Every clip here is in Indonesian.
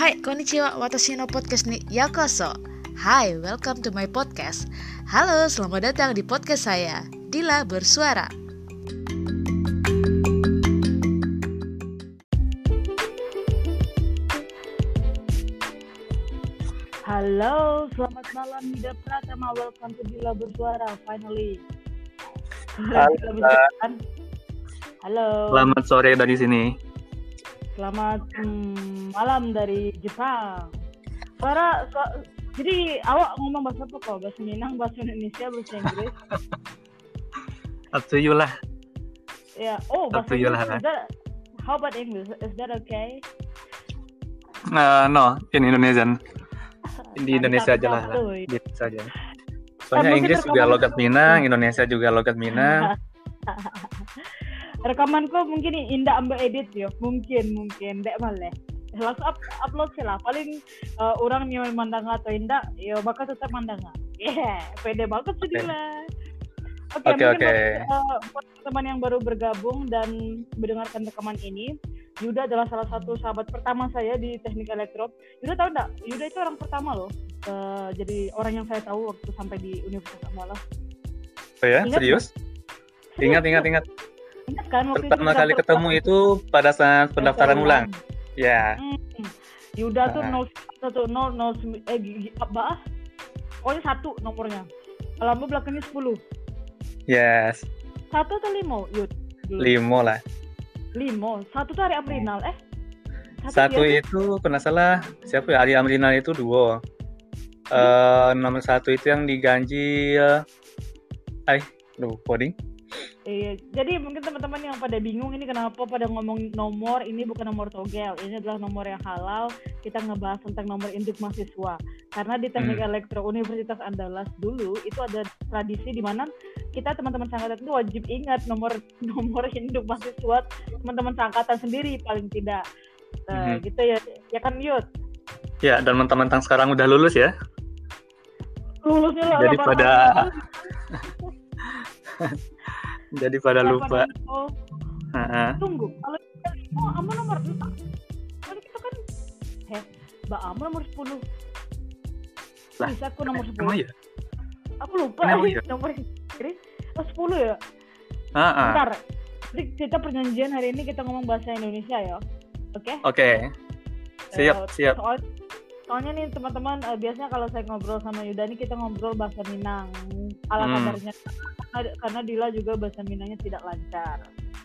Hai, konnichiwa, watashi no podcast ni yakoso. Hai, welcome to my podcast. Halo, selamat datang di podcast saya, Dila Bersuara. Halo, selamat malam Yuda Pratama. Welcome to Dila Bersuara, finally. Halo. Selamat sore dari sini. Selamat malam dari Jepang. Jadi awak ngomong bahasa apa kok? Bahasa Minang, bahasa Indonesia, bahasa Inggris? Up to you lah. Ya, bahasa Inggris. How about English? Is that okay? No, in Indonesian. Di Indonesia aja lah. Gitu aja. Soalnya Inggris juga logat Minang, Indonesia juga logat Minang. Rekamanku mungkin indah ambil edit ya, mungkin dek malah. Langsung upload sih lah. Paling orang yang mandang atau indah, ya bakal tetap mandang. Pede banget sih lah. Oke. Buat teman yang baru bergabung dan mendengarkan rekaman ini, Yuda adalah salah satu sahabat pertama saya di teknik elektro. Yuda tahu nggak? Yuda itu orang pertama loh. Jadi orang yang saya tahu waktu sampai di Universitas Andalas. Oh ya, serius? Ingat. Ingat kan? Pertama kali ketemu itu pada saat pendaftaran ulang. Ya. Yuda tuh 01 pokoknya 1 nomornya. Lama belakangnya 10. Yes. 1 atau 5? Yud. 5 lah. 5. 1 tuh Ari Amrinal. Satu itu pernah salah. Siapa ya? Ari Amrinal itu duo. Nomor 1 itu yang diganjil. Coding. Iya, jadi mungkin teman-teman yang pada bingung ini kenapa pada ngomong nomor, ini bukan nomor togel, ini adalah nomor yang halal. Kita ngebahas tentang nomor induk mahasiswa. Karena di teknik elektro Universitas Andalas dulu itu ada tradisi di mana kita teman-teman seangkatan itu wajib ingat nomor induk mahasiswa teman-teman seangkatan sendiri paling tidak. Gitu ya kan Yud? Ya, dan mentang-mentang sekarang udah lulus ya. Lulusnya lah. Jadi pada lupa. Tunggu, kalau kita Ama nomor 4. Kalau kita kan Mbak Ama nomor 10. Lah, bisa aku nomor 10. Emang ya? Aku lupa nomor Inggris. 10 ya? Bentar. Jadi kita perjanjian hari ini kita ngomong bahasa Indonesia ya. Oke? Oke. Siap. Soalnya nih teman-teman, biasanya kalau saya ngobrol sama Yuda nih kita ngobrol bahasa Minang ala kadarnya. Karena Dila juga bahasa Minangnya tidak lancar.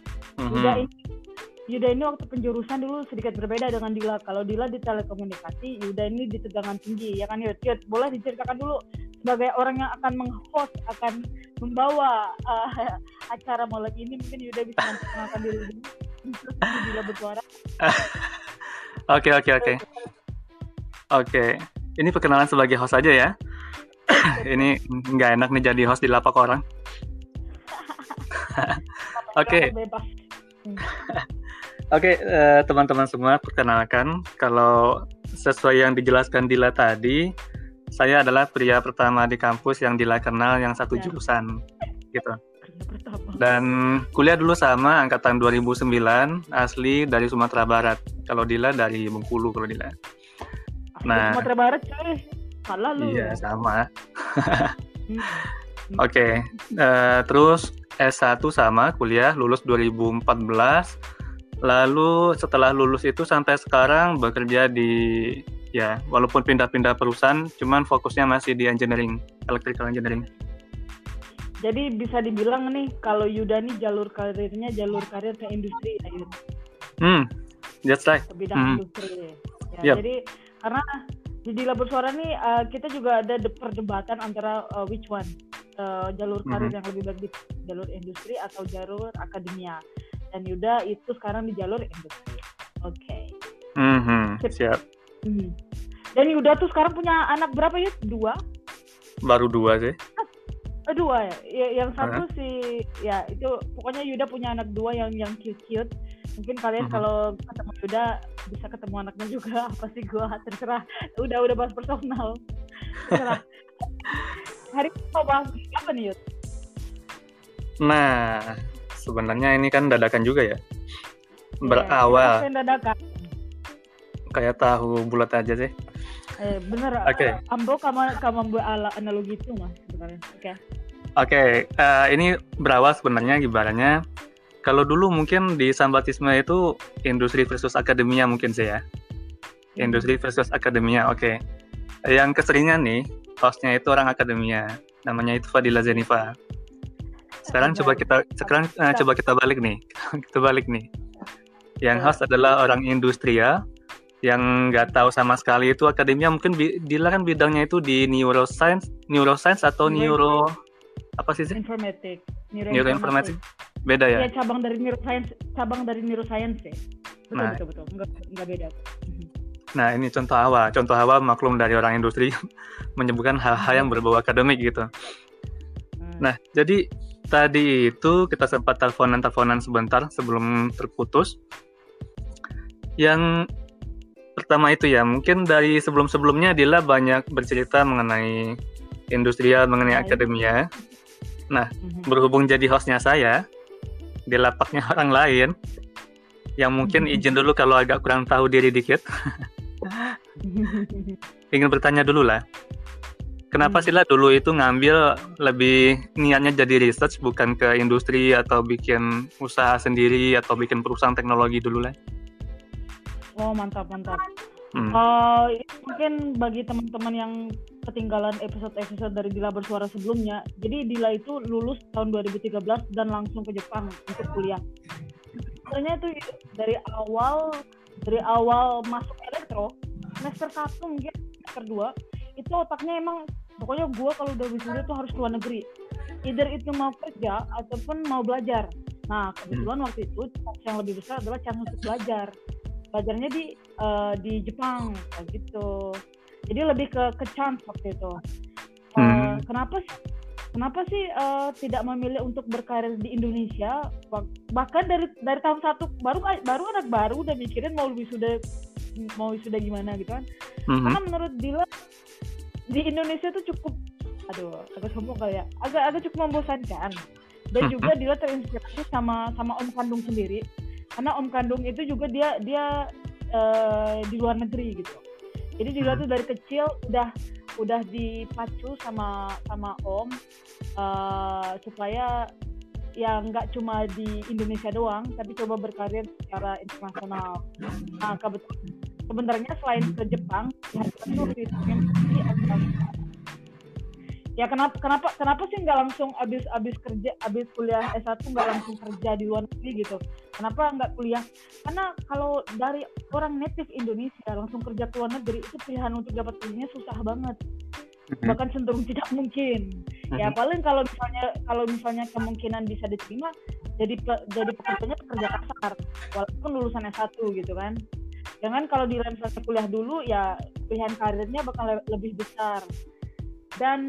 Yuda ini waktu penjurusan dulu sedikit berbeda dengan Dila. Kalau Dila di telekomunikasi, Yuda ini di tegangan tinggi. Ya kan Yud? Boleh diceritakan dulu sebagai orang yang akan meng-host, akan membawa acara malam ini. Mungkin Yuda bisa memperkenalkan diri Dila Bersuara. Oke. Ini perkenalan sebagai host aja ya. Ini nggak enak nih jadi host di lapak orang. Oke, teman-teman semua, perkenalkan kalau sesuai yang dijelaskan Dila tadi, saya adalah pria pertama di kampus yang Dila kenal yang satu jurusan, gitu. Dan kuliah dulu sama angkatan 2009, asli dari Sumatera Barat. Kalau Dila dari Bengkulu kalau Dila. Nah, Sumatera Barat coy. Salah lu. Iya, sama. Oke. Terus S1 sama, kuliah lulus 2014. Lalu setelah lulus itu sampai sekarang bekerja di, ya walaupun pindah-pindah perusahaan, cuman fokusnya masih di engineering, electrical engineering. Jadi bisa dibilang nih kalau Yuda nih jalur karir ke industri ya Yud. That's right. Ke bidang industri. Ya, Jadi karena di Dila Bersuara nih kita juga ada perdebatan antara which one jalur karir yang lebih baik di jalur industri atau jalur akademia. Dan Yuda itu sekarang di jalur industri. Oke. Siap. Dan Yuda tuh sekarang punya anak berapa ya? 2? Baru 2 sih. 2 ya? Yang satu sih ya itu pokoknya Yuda punya anak 2 yang cute-cute. Mungkin kalian kalau ketemu Yuda bisa ketemu anaknya juga. Apa sih terserah. Udah bahas personal. Terserah. Hari ini mau bahas apa nih Yud? Nah, sebenarnya ini kan dadakan juga ya. Berawal. kayak tahu bulat aja sih. Bener. Oke. Ambo kamu buat analogi itu mas sebenarnya. Oke, ini berawal sebenarnya ibaratnya kalau dulu mungkin di Sambatisme itu industri versus akademia mungkin sih ya. Industri versus akademia, oke. Yang keseringan nih, hostnya itu orang akademia, namanya itu Fadila Zenifa. Sekarang coba kita balik nih. Kita balik nih. Yang host adalah orang industri ya, yang nggak tahu sama sekali itu akademia, mungkin Dila kan bidangnya itu di neuroscience atau neuro apa sih? Neuroinformatik. Beda ya? Iya, cabang dari neuroscience ya. Betul. Enggak beda. Nah, ini contoh awal maklum dari orang industri menyebutkan hal-hal yang berbau akademik gitu. Nah, jadi tadi itu kita sempat teleponan sebentar sebelum terputus. Yang pertama itu ya, mungkin dari sebelum-sebelumnya Dila banyak bercerita mengenai industrial, mengenai akademia. Nah, berhubung jadi hostnya saya, di lapaknya orang lain, yang mungkin izin dulu kalau agak kurang tahu diri dikit. Ingin bertanya dulu lah, kenapa sih lah dulu itu ngambil lebih niatnya jadi research bukan ke industri atau bikin usaha sendiri atau bikin perusahaan teknologi dulu lah? Oh mantap. Mungkin bagi teman-teman yang ketinggalan episode dari Dila Bersuara sebelumnya, jadi Dila itu lulus tahun 2013 dan langsung ke Jepang untuk kuliah. Sebenarnya itu dari awal masuk elektro, semester 1 mungkin semester 2, itu otaknya emang pokoknya gue kalau udah wisuda tuh harus keluar negeri. Either itu mau kerja ataupun mau belajar. Nah kebetulan waktu itu yang lebih besar adalah chance untuk belajar. Belajarnya di Jepang kayak gitu. Jadi lebih ke chance waktu itu. Kenapa sih tidak memilih untuk berkarir di Indonesia? Bahkan dari tahun 1 baru anak baru udah mikirin mau wisuda gimana gitu kan. Karena menurut Dila di Indonesia tuh cukup agak sombong kali ya. Agak cukup membosankan. Dan juga Dila terinspirasi sama om kandung sendiri. Karena om kandung itu juga dia di luar negeri gitu. Jadi Dila tuh dari kecil udah dipacu sama om supaya ya nggak cuma di Indonesia doang, tapi coba berkarir secara internasional. Nah sebenarnya selain ke Jepang, ya kenapa sih nggak langsung abis kuliah S1 nggak langsung kerja di luar negeri gitu? Kenapa nggak kuliah? Karena kalau dari orang native Indonesia langsung kerja ke luar negeri itu pilihan untuk dapat kerjanya susah banget, bahkan cenderung tidak mungkin. Ya paling kalau misalnya kemungkinan bisa diterima jadi pekerjanya pekerja kasar walaupun lulusan S1 gitu kan. Jangan kalau di misalnya kuliah dulu ya pilihan karirnya bakal lebih besar. Dan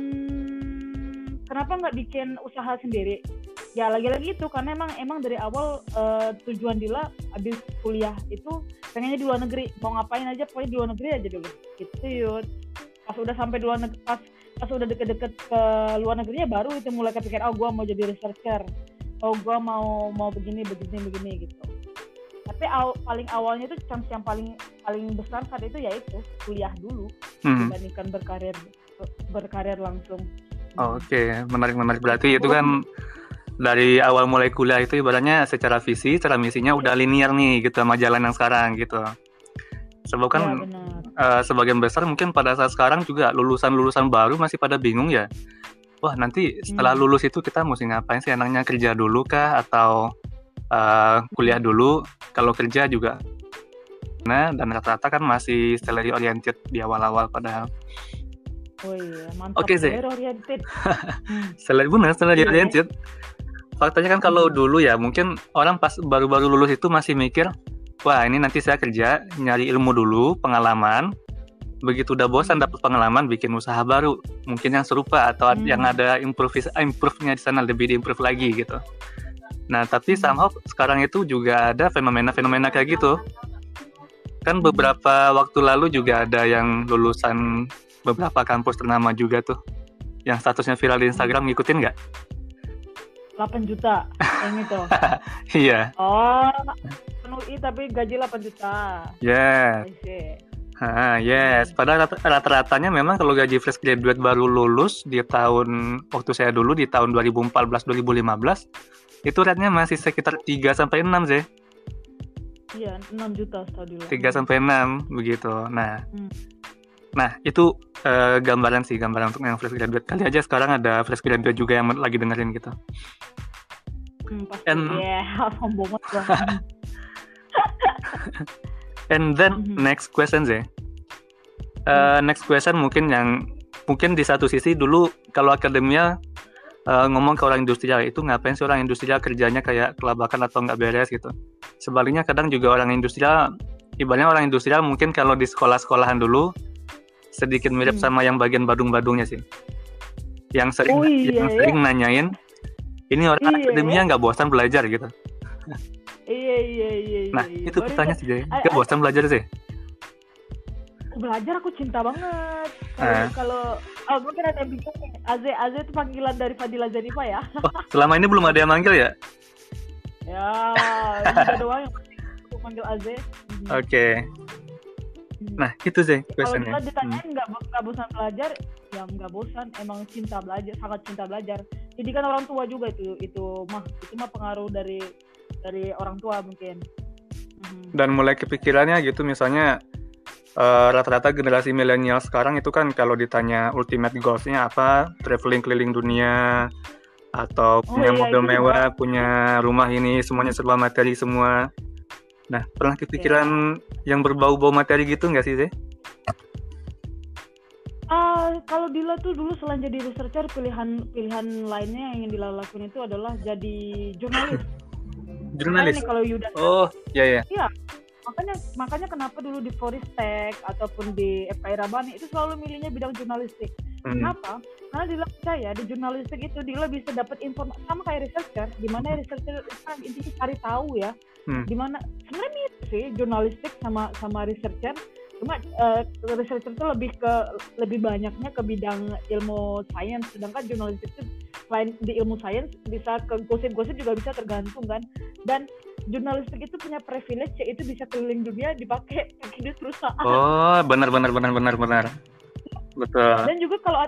kenapa nggak bikin usaha sendiri? Ya lagi-lagi itu karena emang dari awal tujuan Dila abis kuliah itu pengennya di luar negeri, mau ngapain aja pokoknya di luar negeri aja dulu gitu yud. Pas udah sampai di luar negeri, pas udah deket-deket ke luar negerinya baru itu mulai kepikir gue mau jadi researcher, gue mau begini gitu. Tapi paling awalnya itu chance yang paling besar saat itu yaitu kuliah dulu dibandingkan berkarir langsung. Oke, menarik. Berarti itu kan dari awal mulai kuliah itu ibaratnya secara visi, secara misinya udah linear nih gitu sama jalan yang sekarang gitu. Sebab kan sebagian besar mungkin pada saat sekarang juga lulusan baru masih pada bingung ya. Wah nanti setelah lulus itu kita mesti ngapain sih, enaknya kerja dulu kah atau kuliah dulu? Kalau kerja juga dan rata-rata kan masih salary oriented di awal-awal padahal. Oh iya, mantap. Oke, salary oriented. Salary oriented. Faktanya kan kalau dulu ya mungkin orang pas baru-baru lulus itu masih mikir, wah ini nanti saya kerja, nyari ilmu dulu, pengalaman. Begitu udah bosan dapat pengalaman, bikin usaha baru, mungkin yang serupa atau yang ada improve-nya di sana, lebih di-improve lagi gitu. Nah, tapi somehow sekarang itu juga ada fenomena kayak gitu. Kan beberapa waktu lalu juga ada yang lulusan beberapa kampus ternama juga tuh, yang statusnya viral di Instagram, ngikutin nggak? 8 juta yang itu. Iya. Oh, UI tapi gaji 8 juta. Yeah. I see. Yes. Padahal rata-ratanya memang kalau gaji fresh graduate baru lulus di tahun waktu saya dulu di tahun 2014-2015 itu rate-nya masih sekitar 3 sampai 6 sih. Iya, 6 juta setahu dulu. 3 sampai 6 begitu. Nah, itu gambaran untuk yang fresh graduate. Kali aja sekarang ada fresh graduate juga yang lagi dengerin gitu. Pasti. Sombong banget. And then next question sih. Next question mungkin di satu sisi dulu kalau akademia ngomong ke orang industrial itu ngapain sih orang industrial kerjanya kayak kelabakan atau nggak beres gitu. Sebaliknya kadang juga orang industrial, ibaratnya orang industrial mungkin kalau di sekolah-sekolahan dulu sedikit mirip sama yang bagian badung-badungnya sih. Yang sering nanyain, ini orang akademia nggak bosan belajar gitu. Iya. Nah, itu pertanyaan sih, nggak bosan belajar sih? Belajar aku cinta banget. Kalau mungkin ada yang bingung nih, Az itu panggilan dari Fadila Zanifa ya? Oh, selama ini belum ada yang manggil ya? Ya, ada doang yang manggil Az. Oke. Nah, itu sih questionnya. Kalau kita ditanyain nggak bosan belajar, ya nggak bosan. Emang cinta belajar, sangat cinta belajar. Didikan orang tua juga itu mah pengaruh dari orang tua mungkin. Dan mulai kepikirannya gitu, misalnya rata-rata generasi milenial sekarang itu kan kalau ditanya ultimate goals-nya apa, traveling keliling dunia atau punya mobil mewah, punya rumah ini, semuanya serba materi semua. Nah, pernah kepikiran yang berbau-bau materi gitu nggak sih? Kalau Dila tuh dulu selain jadi researcher, pilihan lainnya yang Dila lakuin itu adalah jadi jurnalis. Jurnalis? Kalau Yuda. Oh, iya. Iya. Makanya kenapa dulu di Foristek ataupun di FKI Rabani itu selalu milihnya bidang jurnalistik. Kenapa? Karena Dila percaya di jurnalistik itu Dila bisa dapat informasi sama kayak researcher, di mana researcher kan intinya cari tahu ya. Di mana sebenarnya mirip sih jurnalistik sama researcher. Cuma researcher itu lebih banyaknya ke bidang ilmu sains, sedangkan jurnalistik itu selain di ilmu sains bisa ke gosip-gosip juga bisa tergantung kan. Dan jurnalistik itu punya privilege yaitu bisa keliling dunia dipakai duit perusahaan. Oh, benar. Betul. Dan juga kalau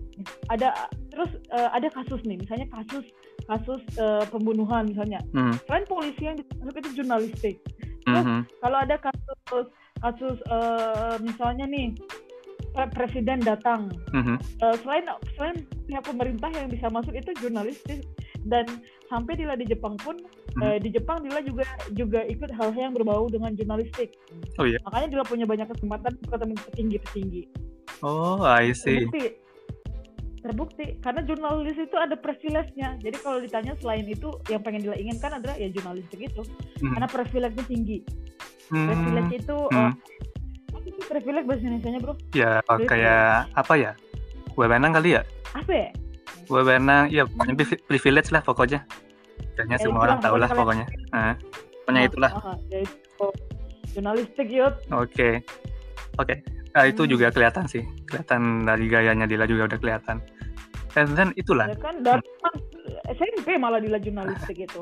ada kasus nih, misalnya kasus pembunuhan misalnya. Selain polisi yang ditangkap itu jurnalistik. Terus kalau ada kasus misalnya nih presiden datang, selain pihak pemerintah yang bisa masuk itu jurnalistik. Dan sampai Dila di Jepang pun di Jepang Dila juga ikut hal-hal yang berbau dengan jurnalistik. Oh iya. Makanya Dila punya banyak kesempatan ketemu petinggi. Oh, I see. Terbukti karena jurnalis itu ada privilege-nya. Jadi kalau ditanya selain itu yang pengen Dila inginkan adalah ya jurnalistik itu. Karena privilege-nya tinggi. Privilege itu apa sih privilege bahasa Indonesianya, Bro? Ya, kayak apa ya? Wewenang kali ya? Apa ya? Wewenang, ya pokoknya privilege lah pokoknya. Kayaknya semua orang tahu lah pokoknya. Pokoknya itulah. Jurnalistik yuk. Oke. Nah, itu juga kelihatan sih. Kelihatan dari gayanya Dila juga udah kelihatan. Dan itulah. Ya kan dari SMP malah Dila jurnalistik itu.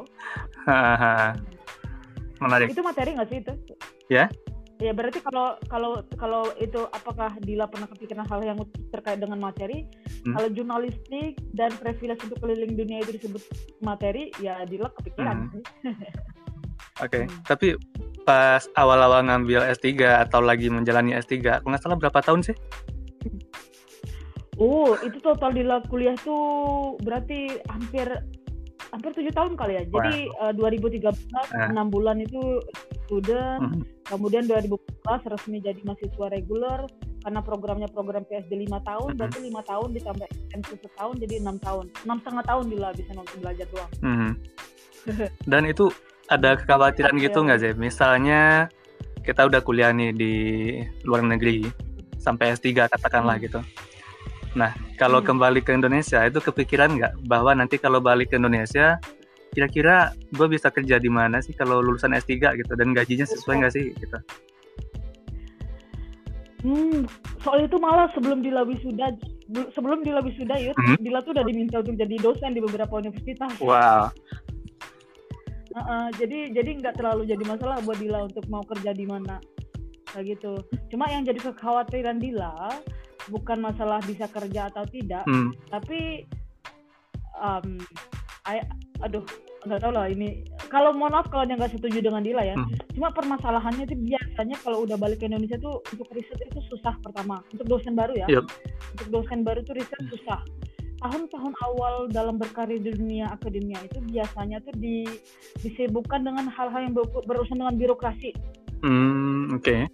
Menarik. Itu materi nggak sih itu? Ya? Ya berarti kalau itu apakah Dila pernah kepikiran hal yang terkait dengan materi? Kalau jurnalistik dan privilege untuk keliling dunia itu disebut materi, ya Dila kepikiran. Oke. Tapi pas awal-awal ngambil S3 atau lagi menjalani S3, aku nggak salah berapa tahun sih? Oh, itu total Dila kuliah tuh berarti hampir 7 tahun kali ya. Jadi 2013 6 bulan itu student, kemudian 2014 resmi jadi mahasiswa reguler karena programnya program PSD 5 tahun, berarti 5 tahun ditambah extension setahun jadi 6 tahun. 6,5 tahun Dila bisa belajar doang. Dan itu ada kekhawatiran gitu nggak sih? Misalnya kita udah kuliah nih di luar negeri sampai S3 katakanlah gitu. Nah, kalau kembali ke Indonesia itu kepikiran nggak bahwa nanti kalau balik ke Indonesia kira-kira gue bisa kerja di mana sih kalau lulusan S3 gitu dan gajinya sesuai nggak sih gitu? Soal itu malah sebelum Dila wisuda Dila tuh udah diminta untuk jadi dosen di beberapa universitas. Wow. Jadi nggak terlalu jadi masalah buat Dila untuk mau kerja di mana kayak gitu. Cuma yang jadi kekhawatiran Dila bukan masalah bisa kerja atau tidak, tapi aduh nggak tahu lah ini. Kalau mohon maaf kalau nggak setuju dengan Dila ya. Cuma permasalahannya itu biasanya kalau udah balik ke Indonesia tuh untuk riset itu susah pertama. Untuk dosen baru ya. Untuk dosen baru tuh riset susah. Tahun-tahun awal dalam berkarir di dunia akademia itu biasanya tuh disibukkan dengan hal-hal yang berurusan dengan birokrasi. Oke.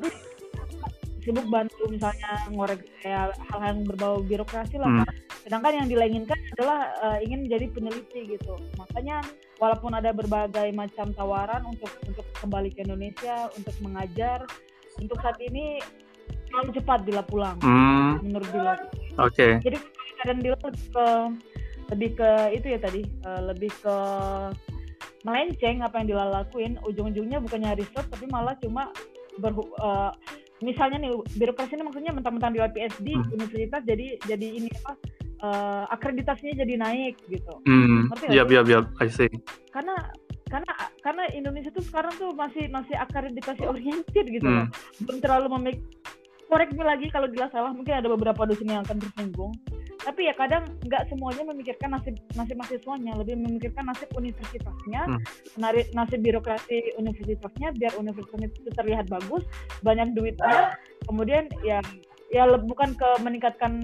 Sibuk bantu misalnya ngorek kayak hal-hal yang berbau birokrasi lah. Sedangkan yang diinginkan adalah ingin menjadi peneliti gitu. Makanya walaupun ada berbagai macam tawaran untuk kembali ke Indonesia untuk mengajar, untuk saat ini terlalu cepat Dila pulang. Menurut Dila. Oke. Jadi kadang Dila lebih ke itu ya tadi, lebih ke melenceng apa yang Dila lakuin. Ujung-ujungnya bukannya riset tapi malah cuma misalnya nih birokrasi ini maksudnya mentang-mentang Dila PhD universitas jadi ini apa akreditasinya jadi naik gitu. Iya, I see. Karena Indonesia tuh sekarang tuh masih akreditasi oriented gitu loh. Belum terlalu korek me lagi kalau Dila salah, mungkin ada beberapa dosen yang akan tersinggung. Tapi ya kadang nggak semuanya memikirkan nasib mahasiswanya, lebih memikirkan nasib universitasnya, nasib birokrasi universitasnya, biar universitasnya itu terlihat bagus, banyak duitnya, kemudian ya bukan ke meningkatkan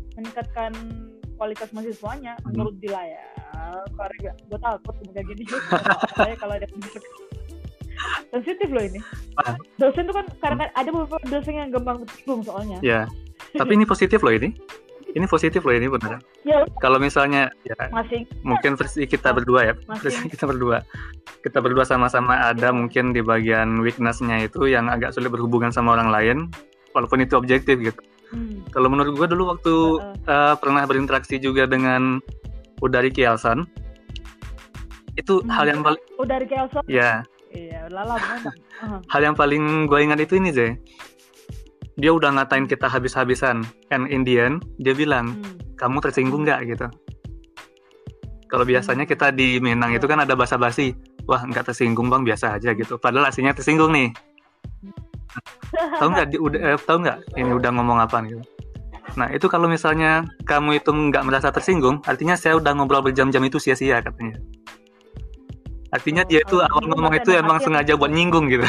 kualitas mahasiswanya. Menurut Dila ya, gue takut kayak gini. Saya kalau ada sensitif loh ini. Dosen tuh kan kadang ada beberapa dosen yang gampang tersinggung soalnya. Ya, tapi ini positif loh ini. Ini positif loh ini beneran. Ya, kalau misalnya ya masing. Mungkin versi kita berdua ya. Versi kita berdua sama-sama ada mungkin di bagian weakness-nya itu yang agak sulit berhubungan sama orang lain, walaupun itu objektif gitu. Kalau menurut gue dulu waktu pernah berinteraksi juga dengan Udari Kielson, itu hal yang paling Udari Kielson? Ya. Iya, lala memang. Hal yang paling gue ingat itu ini Zee. Dia udah ngatain kita habis-habisan, and in the end dia bilang, kamu tersinggung nggak gitu. Kalau biasanya kita di Minang itu kan ada basa-basi, wah nggak tersinggung bang, biasa aja gitu. Padahal aslinya tersinggung nih. Tahu nggak ini udah ngomong apa gitu. Nah itu kalau misalnya kamu itu nggak merasa tersinggung, artinya saya udah ngobrol berjam-jam itu sia-sia katanya. Artinya dia itu awal ngomong itu emang sengaja buat nyinggung gitu.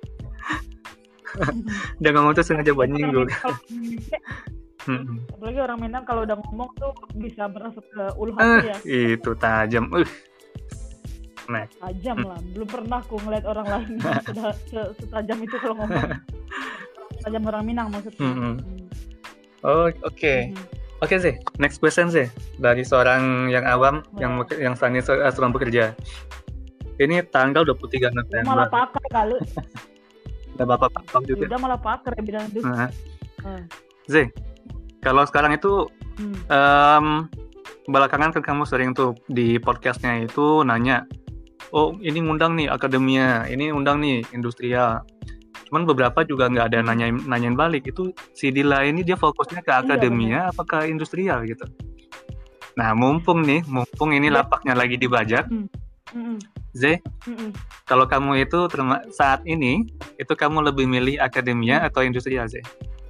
Dia ngomong tuh sengaja buat nyinggung. Apalagi orang Minang kalau udah ngomong tuh bisa merasuk ke ulu hati ya. Itu tajam. Nah. Tajam lah. Belum pernah aku ngeliat orang lain sudah setajam itu kalau ngomong. Tajam orang Minang maksudnya. Oh, oke. Oke sih. Next question sih dari seorang yang awam yang saat ini sedang bekerja. Ini tanggal 23 November. Malah pakar kali. Udah bapak juga. Udah malah pakar ya bilang itu. Zee, kalau sekarang itu belakangan kan kamu sering tuh di podcastnya itu nanya, oh ini ngundang nih akademia, ini undang nih industrial. Cuman beberapa juga nggak ada nanyain balik. Itu si Dila ini dia fokusnya ke akademia apa ke industrial gitu. Nah mumpung ini lapaknya lagi dibajak. Zee, kalau kamu itu saat ini itu kamu lebih milih akademia atau industrial Zee?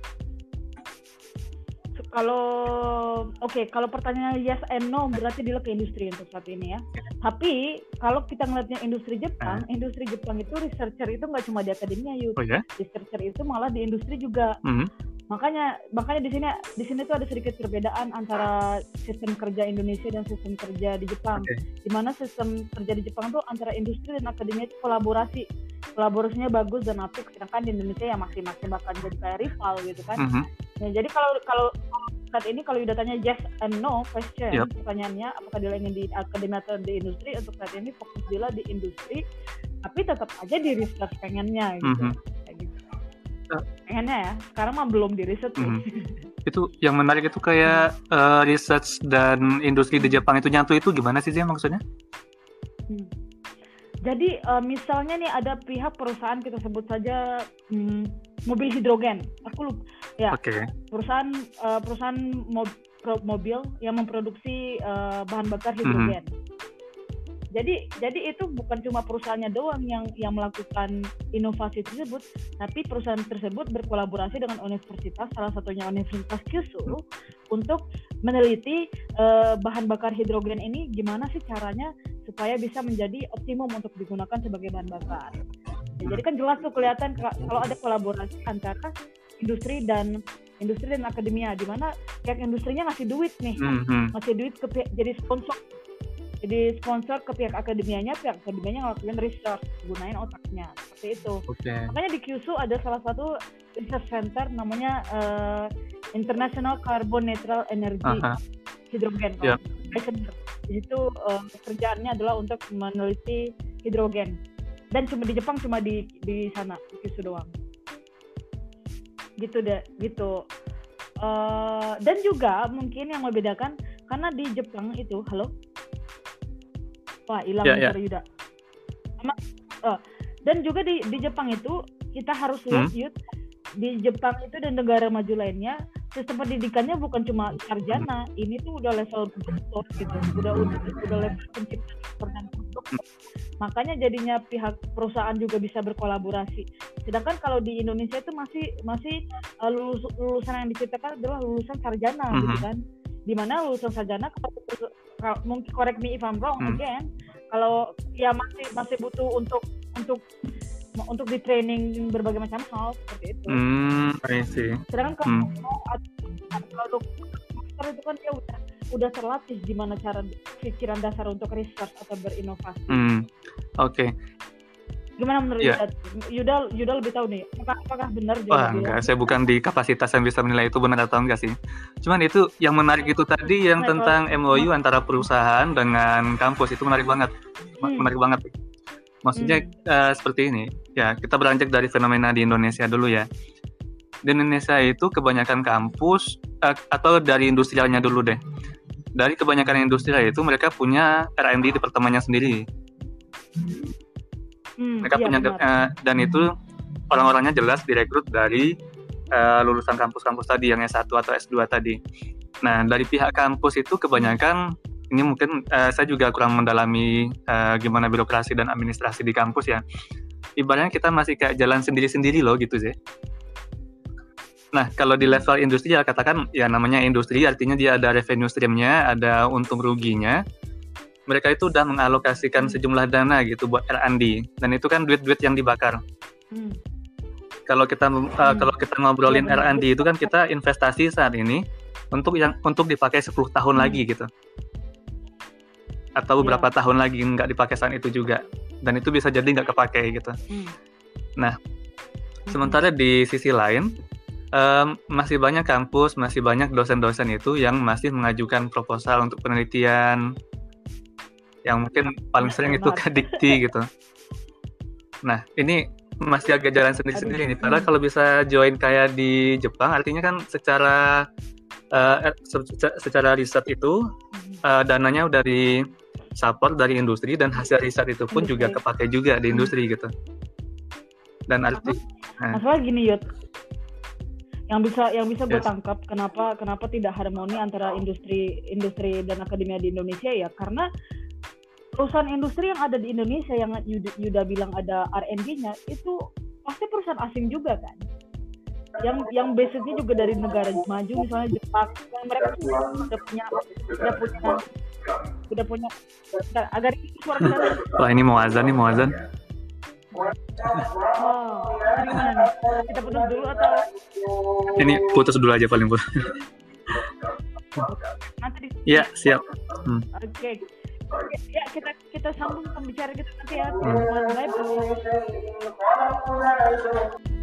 Kalau pertanyaannya yes and no berarti dia ke industri untuk saat ini ya. Tapi kalau kita ngeliatnya industri Jepang itu researcher itu nggak cuma di akademia Yud. Oh ya? Researcher itu malah di industri juga. Makanya di sini tuh ada sedikit perbedaan antara sistem kerja Indonesia dan sistem kerja di Jepang. Di mana sistem kerja di Jepang tuh antara industri dan akademia itu kolaborasinya bagus dan apik, sedangkan di Indonesia ya masing-masing bahkan jadi kayak rival gitu kan. Nah, jadi kalau saat ini kalau udah tanya yes and no question, pertanyaannya apakah dia ingin di akademia atau di industri, untuk saat ini fokus dia di industri, tapi tetap aja di research pengennya gitu. Pengennya ya, sekarang mah belum di riset Itu yang menarik itu kayak research dan industri di Jepang itu nyatu itu gimana sih maksudnya? Jadi misalnya nih ada pihak perusahaan, kita sebut saja mobil hidrogen, aku lupa ya. Perusahaan mobil yang memproduksi bahan bakar hidrogen. Jadi itu bukan cuma perusahaannya doang yang melakukan inovasi tersebut, tapi perusahaan tersebut berkolaborasi dengan universitas, salah satunya Universitas Kyushu, untuk meneliti bahan bakar hidrogen ini gimana sih caranya supaya bisa menjadi optimum untuk digunakan sebagai bahan bakar. Jadi kan jelas tuh kelihatan kalau ada kolaborasi antara industri dan akademia, di mana pihak industrinya ngasih duit nih, ngasih duit ke jadi sponsor ke pihak akademianya ngelakuin research, gunain otaknya seperti itu. Makanya di Kyushu ada salah satu research center namanya International Carbon Neutral Energy Hydrogen. Itu kerjaannya adalah untuk meneliti hidrogen, dan cuma di Jepang, cuma di sana di Kyushu doang. Gitu. Dan juga mungkin yang membedakan karena di Jepang itu, hilang Yuda. Dan juga di Jepang itu kita harus lihat di Jepang itu dan negara maju lainnya, sistem pendidikannya bukan cuma sarjana, ini tuh udah level doktor gitu, udah level pencipta dan produk. Makanya jadinya pihak perusahaan juga bisa berkolaborasi. Sedangkan kalau di Indonesia itu masih lulusan yang diciptakan adalah lulusan sarjana gitu kan. Dimana lulusan sarjana, mungkin correct me if I'm wrong again, kalau ya masih butuh untuk di training berbagai macam hal seperti itu. I see. Sedangkan kalau dokter itu kan dia udah terlatih gimana cara pikiran dasar untuk research atau berinovasi. Oke. Gimana menurut Yuda lebih tahu nih, apakah benar jawabannya? Enggak, saya bukan di kapasitas yang bisa menilai itu benar atau enggak sih. Cuman itu yang menarik itu tadi yang tentang MOU antara perusahaan dengan kampus, itu menarik banget. Menarik banget. Maksudnya seperti ini, ya kita beranjak dari fenomena di Indonesia dulu ya. Di Indonesia itu kebanyakan kampus, atau dari industrialnya dulu deh. Dari kebanyakan industrial itu mereka punya R&D departemennya sendiri. Mereka punya, dan itu orang-orangnya jelas direkrut dari lulusan kampus-kampus tadi yang S1 atau S2 tadi. Nah, dari pihak kampus itu kebanyakan, ini mungkin saya juga kurang mendalami gimana birokrasi dan administrasi di kampus ya. Ibaratnya kita masih kayak jalan sendiri-sendiri loh gitu sih. Nah, kalau di level industri ya katakan ya namanya industri, artinya dia ada revenue stream-nya, ada untung ruginya. Mereka itu udah mengalokasikan sejumlah dana gitu buat R&D, dan itu kan duit-duit yang dibakar. Kalau kita ngobrolin R&D itu kan kita investasi saat ini untuk dipakai 10 tahun lagi gitu. Atau beberapa tahun lagi nggak dipakai saat itu juga, dan itu bisa jadi nggak kepakai gitu. Nah, sementara di sisi lain masih banyak kampus, masih banyak dosen-dosen itu yang masih mengajukan proposal untuk penelitian, yang mungkin paling sering itu ke dikti gitu. Nah, ini masih agak jalan sendiri-sendiri nih. Padahal kalau bisa join kayak di Jepang, artinya kan secara riset itu dananya udah di support dari industri, dan hasil riset itu pun juga kepake juga di industri gitu. Dan masalah gini Yud, yang bisa gue tangkap kenapa tidak harmoni antara industri dan akademia di Indonesia ya, karena perusahaan industri yang ada di Indonesia yang Yuda bilang ada R&D-nya itu pasti perusahaan asing juga kan, yang basicnya juga dari negara maju, misalnya Jepang, mereka udah punya agar suara kita. Wah, ini mau azan. Gimana nih? Kita putus dulu atau? Ini putus dulu aja paling putus. Nanti Iya, siap. Oke. Ya, kita sambung pembicaraan kita nanti ya. Bye.